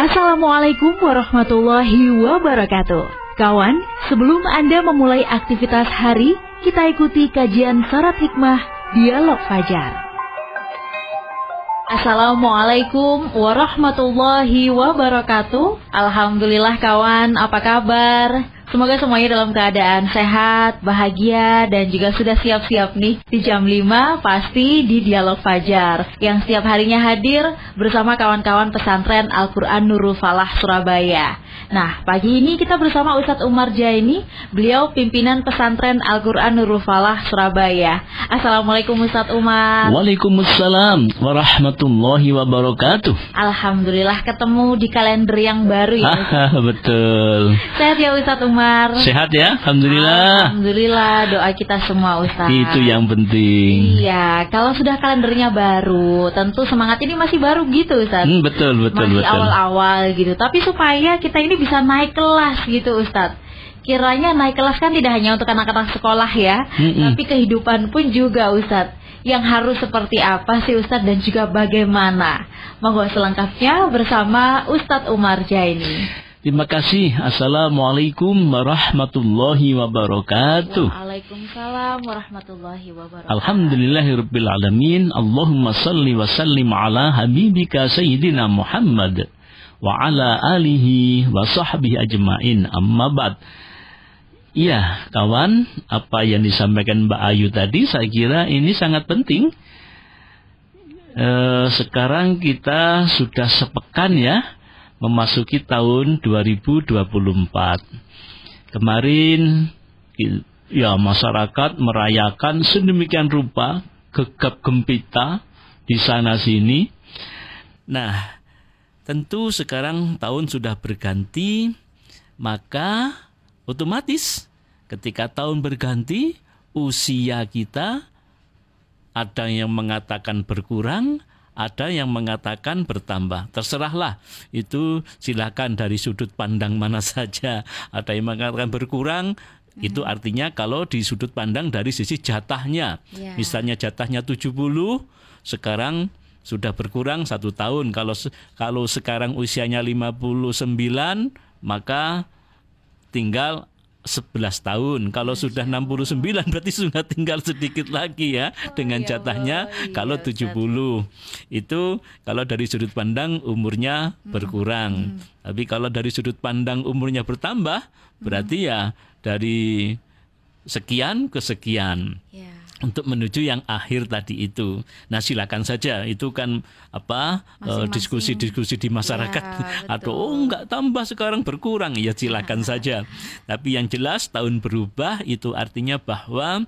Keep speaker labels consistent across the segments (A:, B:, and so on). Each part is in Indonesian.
A: Assalamualaikum warahmatullahi wabarakatuh. Kawan, sebelum Anda memulai aktivitas hari, kita ikuti kajian Syarat Hikmah Dialog Fajar. Assalamualaikum warahmatullahi wabarakatuh. Alhamdulillah kawan, apa kabar? Semoga semuanya dalam keadaan sehat, bahagia, dan juga sudah siap-siap nih di jam 5 pasti di Dialog Fajar yang setiap harinya hadir bersama kawan-kawan pesantren Al-Quran Nurul Falah Surabaya. Nah, pagi ini kita bersama Ustadz Umar Jaini, beliau pimpinan pesantren Al-Quran Nurul Falah Surabaya. Assalamualaikum Ustadz Umar.
B: Waalaikumsalam warahmatullahi wabarakatuh.
A: Alhamdulillah ketemu di kalender yang baru ya.
B: Betul.
A: Sehat ya Ustadz Umar.
B: Sehat ya, alhamdulillah.
A: Alhamdulillah, doa kita semua Ustaz.
B: Itu yang penting.
A: Iya, kalau sudah kalendernya baru, tentu semangat ini masih baru gitu Ustaz.
B: Betul.
A: Masih awal-awal gitu. Tapi supaya kita ini bisa naik kelas gitu Ustaz. Kiranya naik kelas kan tidak hanya untuk anak-anak sekolah ya, tapi kehidupan pun juga Ustaz. Yang harus seperti apa sih Ustaz dan juga bagaimana? Monggo selengkapnya bersama Ustadz Umar Jaini.
B: Terima kasih. Assalamualaikum warahmatullahi wabarakatuh.
A: Waalaikumsalam warahmatullahi wabarakatuh.
B: Alhamdulillahirabbil alamin. Allahumma salli wa sallim ala habibika sayyidina Muhammad wa ala alihi wa sahbihi ajmain. Amma ba'd. Iya, kawan, apa yang disampaikan Mbak Ayu tadi saya kira ini sangat penting. Sekarang kita sudah sepekan ya memasuki tahun 2024. Kemarin ya masyarakat merayakan sedemikian rupa, gegap gempita di sana sini. Nah, tentu sekarang tahun sudah berganti, maka otomatis ketika tahun berganti, usia kita ada yang mengatakan berkurang, ada yang mengatakan bertambah. Terserahlah, itu silakan dari sudut pandang mana saja. Ada yang mengatakan berkurang, itu artinya kalau di sudut pandang dari sisi jatahnya. Misalnya jatahnya 70, sekarang sudah berkurang 1 tahun. Kalau sekarang usianya 59, maka tinggal 11 tahun. Kalau sudah 69 berarti sudah tinggal sedikit lagi ya dengan jatahnya. Kalau 70 itu kalau dari sudut pandang umurnya berkurang. Tapi kalau dari sudut pandang umurnya bertambah berarti ya dari sekian ke sekian. Untuk menuju yang akhir tadi itu. Nah, silakan saja. Itu kan diskusi-diskusi di masyarakat. Atau enggak tambah sekarang berkurang. Ya silakan saja. Tapi yang jelas tahun berubah itu artinya bahwa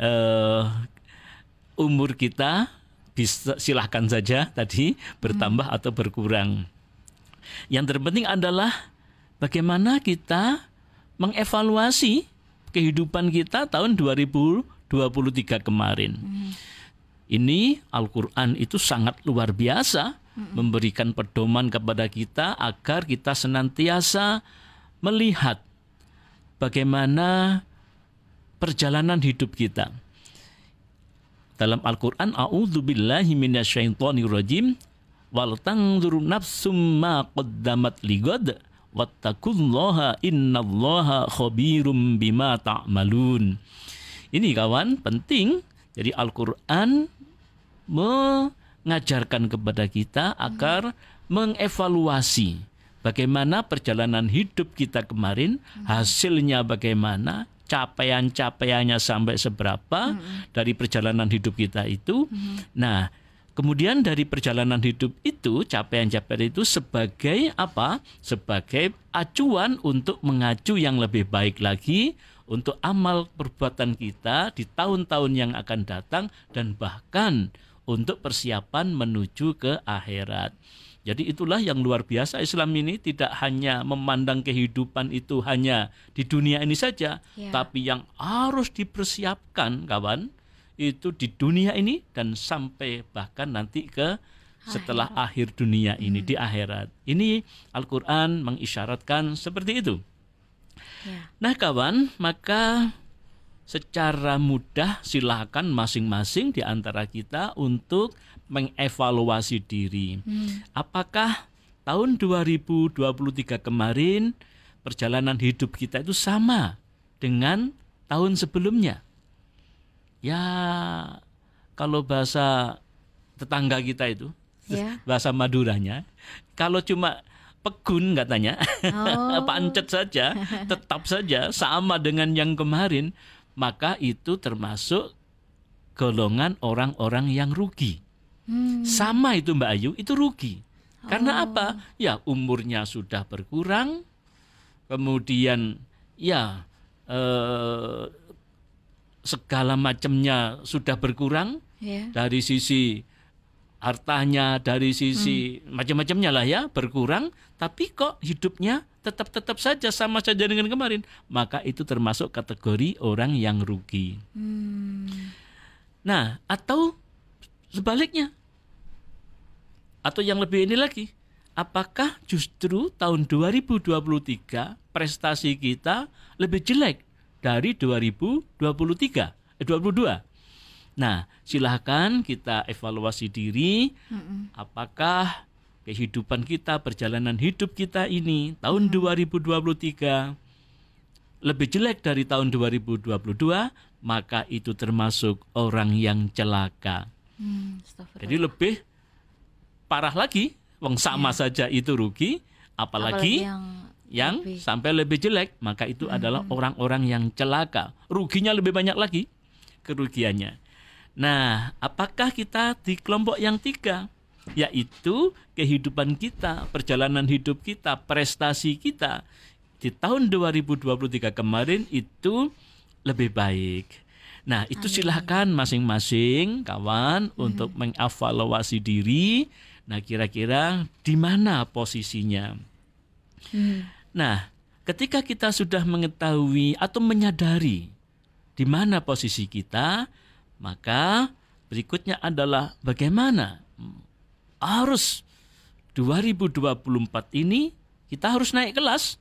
B: umur kita bisa silakan saja tadi bertambah atau berkurang. Yang terpenting adalah bagaimana kita mengevaluasi kehidupan kita tahun 2023 kemarin. Ini Al-Quran itu sangat luar biasa memberikan pedoman kepada kita agar kita senantiasa melihat bagaimana perjalanan hidup kita. Dalam Al-Quran, a'udzubillahi minasyaitonirrajim, wal tanzur nafsum ma qaddamat ligad wattaqullaha innallaha khabirum bima ta'malun. Ini kawan penting. Jadi Al-Quran mengajarkan kepada kita agar mengevaluasi bagaimana perjalanan hidup kita kemarin, hasilnya bagaimana, capaian-capaiannya sampai seberapa dari perjalanan hidup kita itu. Nah, kemudian dari perjalanan hidup itu, capaian-capaian itu sebagai apa? Sebagai acuan untuk mengacu yang lebih baik lagi untuk amal perbuatan kita di tahun-tahun yang akan datang dan bahkan untuk persiapan menuju ke akhirat. Jadi itulah yang luar biasa Islam ini, tidak hanya memandang kehidupan itu hanya di dunia ini saja, tapi yang harus dipersiapkan kawan itu di dunia ini dan sampai bahkan nanti ke setelah akhir dunia ini di akhirat. Ini Al-Quran mengisyaratkan seperti itu. Nah kawan, maka secara mudah silakan masing-masing di antara kita untuk mengevaluasi diri. Apakah tahun 2023 kemarin perjalanan hidup kita itu sama dengan tahun sebelumnya. Ya, kalau bahasa tetangga kita itu, bahasa Maduranya, kalau cuma pegun katanya, pancet saja, tetap saja sama dengan yang kemarin, maka itu termasuk golongan orang-orang yang rugi. Sama itu Mbak Ayu, itu rugi. Karena apa? Ya, umurnya sudah berkurang, kemudian ya segala macamnya sudah berkurang, dari sisi hartanya, dari sisi macam-macamnya lah ya, berkurang, tapi kok hidupnya tetap saja sama saja dengan kemarin, maka itu termasuk kategori orang yang rugi. Nah, atau sebaliknya, atau yang lebih ini lagi, apakah justru tahun 2023 prestasi kita lebih jelek dari 2022? Nah, silahkan kita evaluasi diri, apakah kehidupan kita, perjalanan hidup kita ini tahun 2023 lebih jelek dari tahun 2022, maka itu termasuk orang yang celaka. Jadi lebih parah lagi, wong sama saja itu rugi, apalagi yang sampai lebih jelek, maka itu adalah orang-orang yang celaka. Ruginya lebih banyak lagi kerugiannya. Nah, apakah kita di kelompok yang 3? Yaitu kehidupan kita, perjalanan hidup kita, prestasi kita di tahun 2023 kemarin itu lebih baik. Nah, itu silahkan masing-masing kawan untuk mengevaluasi diri. Nah, kira-kira di mana posisinya? Nah, ketika kita sudah mengetahui atau menyadari di mana posisi kita, maka berikutnya adalah bagaimana harus 2024 ini kita harus naik kelas.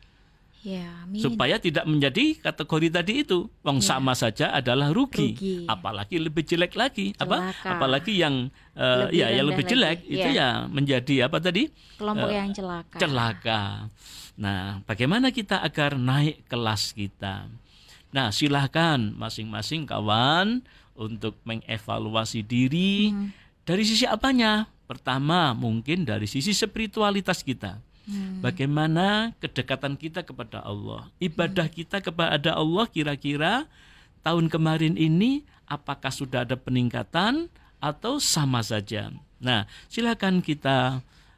B: Supaya tidak menjadi kategori tadi itu, wong sama saja adalah rugi. Apalagi lebih jelek lagi, apalagi yang yang lebih jelek itu ya menjadi apa tadi?
A: Kelompok yang celaka.
B: Nah, bagaimana kita agar naik kelas kita? Nah, silahkan masing-masing kawan untuk mengevaluasi diri dari sisi apanya? Pertama, mungkin dari sisi spiritualitas kita. Bagaimana kedekatan kita kepada Allah, ibadah kita kepada Allah, kira-kira tahun kemarin ini apakah sudah ada peningkatan atau sama saja? Nah, silakan kita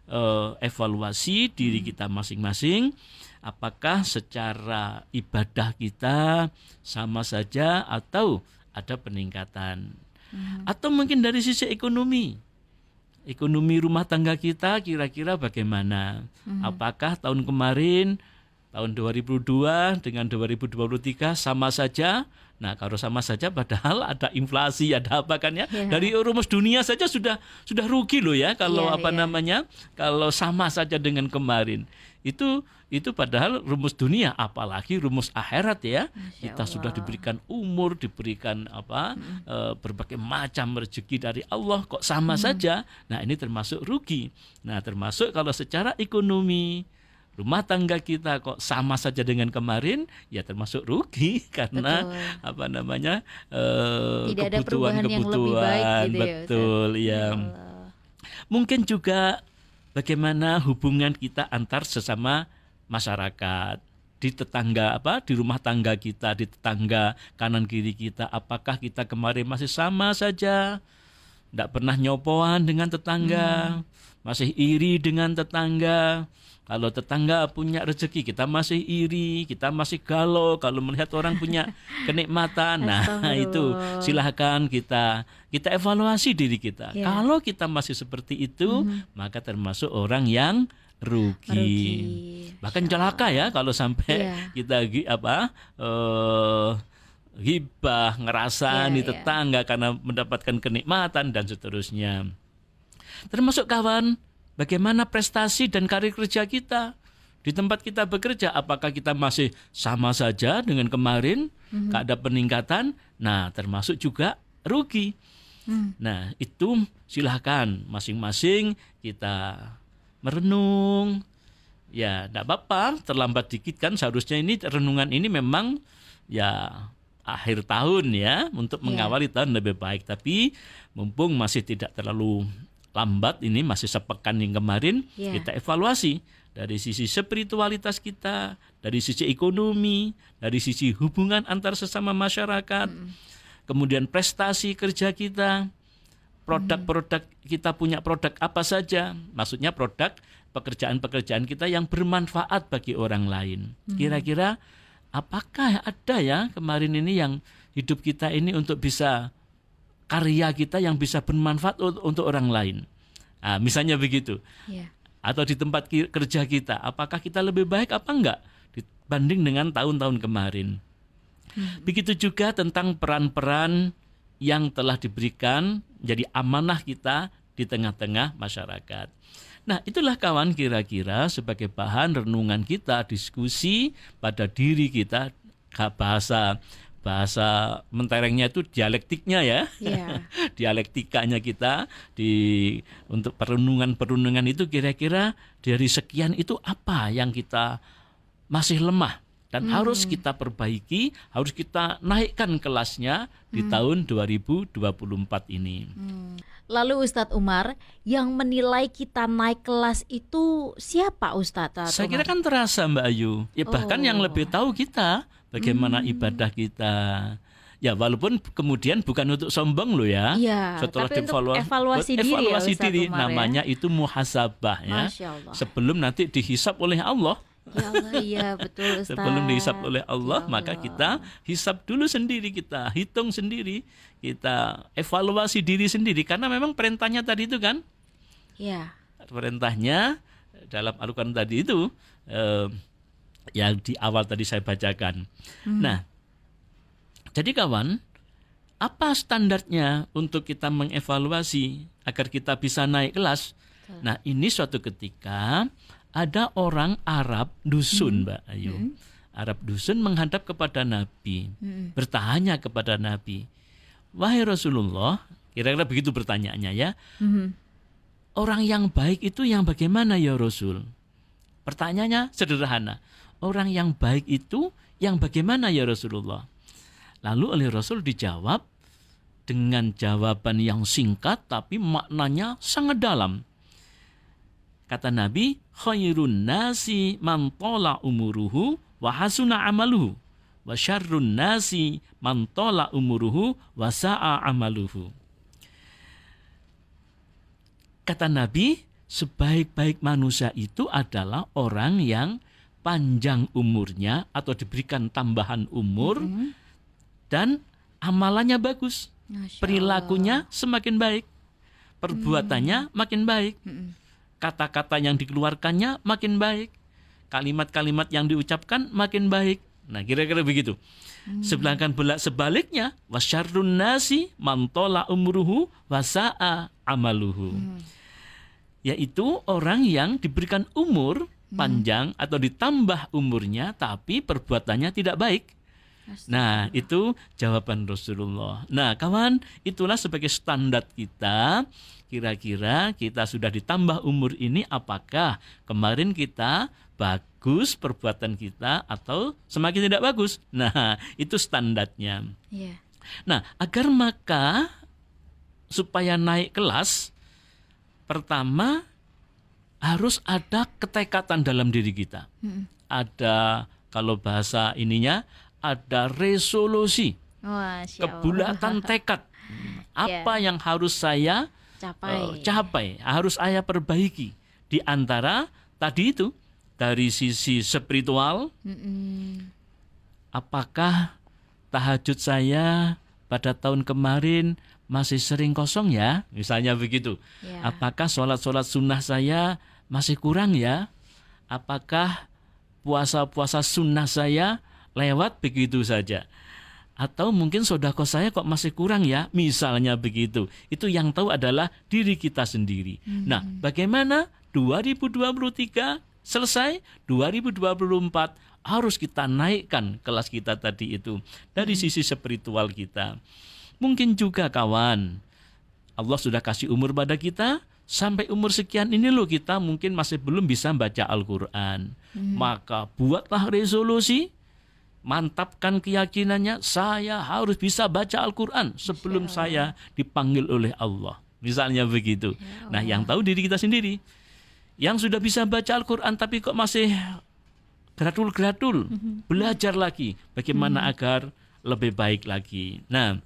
B: evaluasi diri kita masing-masing, apakah secara ibadah kita sama saja atau ada peningkatan. Atau mungkin dari sisi ekonomi rumah tangga kita kira-kira bagaimana? Apakah tahun kemarin, tahun 2002 dengan 2023 sama saja? Nah, kalau sama saja padahal ada inflasi, ada apa kan ya? Dari rumus dunia saja sudah rugi loh ya kalau kalau sama saja dengan kemarin. Itu padahal rumus dunia, apalagi rumus akhirat ya. Kita sudah diberikan umur, diberikan berbagai macam rezeki dari Allah, kok sama saja. Nah, ini termasuk rugi. Nah, termasuk kalau secara ekonomi rumah tangga kita kok sama saja dengan kemarin, ya termasuk rugi karena kebutuhan-kebutuhan. Betul ya. Mungkin juga bagaimana hubungan kita antar sesama masyarakat, di tetangga di rumah tangga kita, di tetangga kanan kiri kita, apakah kita kemarin masih sama saja, tidak pernah nyopoan dengan tetangga, masih iri dengan tetangga. Kalau tetangga punya rezeki, kita masih iri, kita masih galau kalau melihat orang punya kenikmatan. Nah, itu silahkan kita evaluasi diri kita. Kalau kita masih seperti itu, maka termasuk orang yang rugi. Bahkan celaka ya kalau sampai kita ghibah, ngerasani tetangga karena mendapatkan kenikmatan dan seterusnya. Termasuk kawan, bagaimana prestasi dan karir kerja kita di tempat kita bekerja, apakah kita masih sama saja dengan kemarin, gak ada peningkatan? Nah, termasuk juga rugi. Nah, itu silahkan masing-masing kita merenung. Ya, tidak apa-apa, terlambat dikit kan, seharusnya ini renungan ini memang ya akhir tahun ya, untuk mengawali tahun lebih baik. Tapi mumpung masih tidak terlalu lambat, ini masih sepekan yang kemarin, kita evaluasi dari sisi spiritualitas kita, dari sisi ekonomi, dari sisi hubungan antar sesama masyarakat, kemudian prestasi kerja kita, produk-produk kita punya produk apa saja, maksudnya produk pekerjaan-pekerjaan kita yang bermanfaat bagi orang lain. Kira-kira apakah ada ya kemarin ini yang hidup kita ini untuk bisa karya kita yang bisa bermanfaat untuk orang lain. Nah, misalnya begitu. Atau di tempat kerja kita, apakah kita lebih baik apa enggak dibanding dengan tahun-tahun kemarin. Begitu juga tentang peran-peran yang telah diberikan jadi amanah kita di tengah-tengah masyarakat. Nah, itulah kawan kira-kira sebagai bahan renungan kita, diskusi pada diri kita, bahasa menterengnya itu dialektiknya ya. Dialektikanya kita untuk perenungan itu kira-kira dari sekian itu apa yang kita masih lemah dan harus kita perbaiki, harus kita naikkan kelasnya di tahun 2024 ini.
A: Lalu Ustadz Umar, yang menilai kita naik kelas itu siapa Ustadz?
B: Saya kira kan terasa Mbak Ayu. Ya bahkan yang lebih tahu kita bagaimana ibadah kita. Ya walaupun kemudian bukan untuk sombong loh ya.
A: Setelah tapi untuk evaluasi diri,
B: namanya itu muhasabah ya. Sebelum nanti dihisab oleh Allah.
A: Ya Allah, iya betul Ustaz.
B: Sebelum dihisab oleh Allah, maka kita hisab dulu sendiri, kita hitung sendiri, kita evaluasi diri sendiri. Karena memang perintahnya tadi itu kan, perintahnya dalam Al-Quran tadi itu yang di awal tadi saya bacakan. Nah, jadi kawan, apa standarnya untuk kita mengevaluasi agar kita bisa naik kelas? Nah, ini suatu ketika ada orang Arab dusun, Mbak Ayu. Arab dusun menghadap kepada Nabi, bertanya kepada Nabi, wahai Rasulullah, kira-kira begitu pertanyaannya ya. Orang yang baik itu yang bagaimana ya Rasul? Pertanyaannya sederhana. Orang yang baik itu yang bagaimana ya Rasulullah? Lalu oleh Rasul dijawab dengan jawaban yang singkat tapi maknanya sangat dalam. Kata Nabi, khairun nasi man tala umuruhu wa hasuna amaluhu wa syarrun nasi man tala umuruhu wa sa'a amaluhu. Kata Nabi, sebaik-baik manusia itu adalah orang yang panjang umurnya atau diberikan tambahan umur dan amalannya bagus. Perilakunya semakin baik, perbuatannya makin baik. Kata-kata yang dikeluarkannya makin baik, kalimat-kalimat yang diucapkan makin baik. Nah, kira-kira begitu. Sedangkan sebaliknya, wasyarrun nasi man tola umruhu wasa'a amaluhu. Yaitu orang yang diberikan umur panjang atau ditambah umurnya tapi perbuatannya tidak baik. Nah, itu jawaban Rasulullah. Nah, kawan, itulah sebagai standar kita. Kira-kira kita sudah ditambah umur ini, apakah kemarin kita bagus perbuatan kita atau semakin tidak bagus? Nah, itu standarnya. Nah, agar maka supaya naik kelas, pertama harus ada ketekatan dalam diri kita. Ada, kalau bahasa ininya, ada resolusi, kebulatan tekad. Apa yang harus saya capai, harus saya perbaiki. Di antara tadi itu, dari sisi spiritual, apakah tahajud saya pada tahun kemarin masih sering kosong ya? Misalnya begitu. Apakah sholat-sholat sunnah saya masih kurang ya? Apakah puasa-puasa sunnah saya lewat begitu saja? Atau mungkin sedekah saya kok masih kurang ya, misalnya begitu. Itu yang tahu adalah diri kita sendiri. Nah, bagaimana 2023 selesai, 2024 harus kita naikkan kelas kita tadi itu dari sisi spiritual kita. Mungkin juga kawan, Allah sudah kasih umur pada kita, sampai umur sekian ini loh kita mungkin masih belum bisa baca Al-Quran. Maka buatlah resolusi, mantapkan keyakinannya, saya harus bisa baca Al-Quran sebelum saya dipanggil oleh Allah. Misalnya begitu. Nah, yang tahu diri kita sendiri. Yang sudah bisa baca Al-Quran tapi kok masih gratul-gratul, belajar lagi bagaimana agar lebih baik lagi. Nah,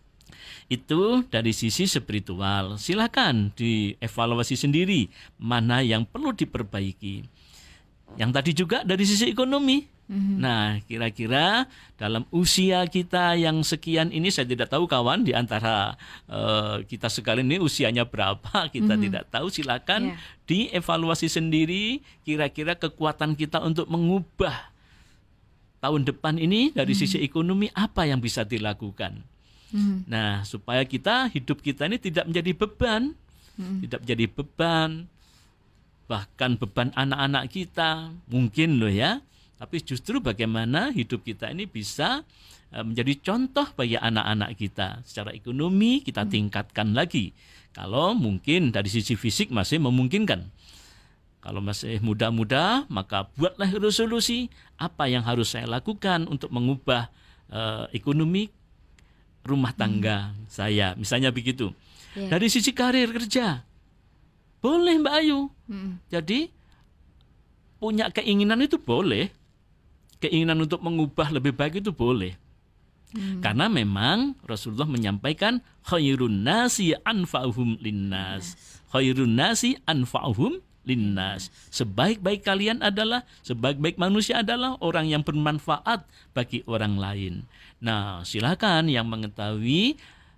B: itu dari sisi spiritual. Silakan dievaluasi sendiri mana yang perlu diperbaiki. Yang tadi juga dari sisi ekonomi. Nah, kira-kira dalam usia kita yang sekian ini, saya tidak tahu kawan di antara kita sekalian ini usianya berapa, kita tidak tahu. Silakan dievaluasi sendiri kira-kira kekuatan kita untuk mengubah tahun depan ini dari sisi ekonomi apa yang bisa dilakukan. Nah, supaya hidup kita ini tidak menjadi beban, tidak menjadi beban, bahkan beban anak-anak kita mungkin loh ya. Tapi justru bagaimana hidup kita ini bisa menjadi contoh bagi anak-anak kita. Secara ekonomi kita tingkatkan lagi. Kalau mungkin dari sisi fisik masih memungkinkan. Kalau masih muda-muda, maka buatlah resolusi apa yang harus saya lakukan untuk mengubah ekonomi rumah tangga saya. Misalnya begitu. Dari sisi karir kerja, boleh Mbak Ayu. Jadi punya keinginan itu boleh. Keinginan untuk mengubah lebih baik itu boleh. Karena memang Rasulullah menyampaikan khairun nasi anfa'uhum linnas. Khairun nasi anfa'uhum linnas. Sebaik-baik kalian adalah, sebaik-baik manusia adalah orang yang bermanfaat bagi orang lain. Nah, silakan yang mengetahui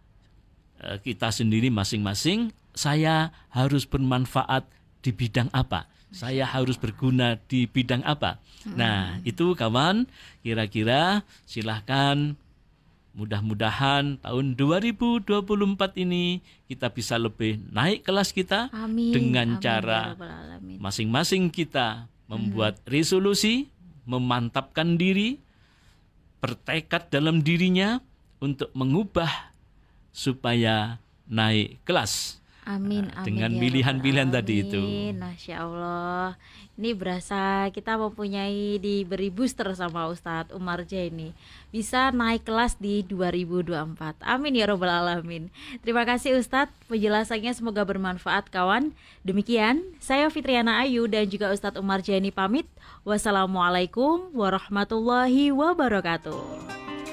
B: kita sendiri masing-masing, saya harus bermanfaat di bidang apa? Saya harus berguna di bidang apa? Nah, itu kawan, kira-kira silahkan mudah-mudahan tahun 2024 ini kita bisa lebih naik kelas kita. Dengan cara masing-masing kita membuat resolusi, memantapkan diri, bertekad dalam dirinya untuk mengubah supaya naik kelas.
A: Amin,
B: dengan pilihan-pilihan tadi itu.
A: Masya Allah. Ini berasa kita mempunyai diberi booster sama Ustadz Umar Jaini. Bisa naik kelas di 2024. Amin ya Rabbal Alamin. Terima kasih Ustadz, penjelasannya semoga bermanfaat kawan. Demikian, saya Fitriana Ayu dan juga Ustadz Umar Jaini pamit. Wassalamualaikum warahmatullahi wabarakatuh.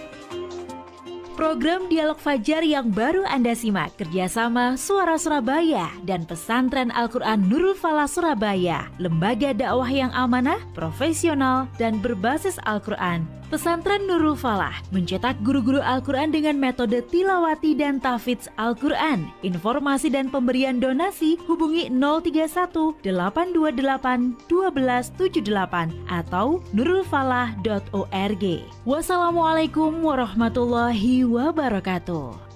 A: Program Dialog Fajar yang baru Anda simak kerjasama Suara Surabaya dan Pesantren Al-Quran Nurul Falah Surabaya, lembaga dakwah yang amanah, profesional, dan berbasis Al-Quran. Pesantren Nurul Falah mencetak guru-guru Al-Quran dengan metode tilawati dan tahfidz Al-Quran. Informasi dan pemberian donasi hubungi 031 828 1278 atau nurulfalah.org. Wassalamualaikum warahmatullahi wabarakatuh.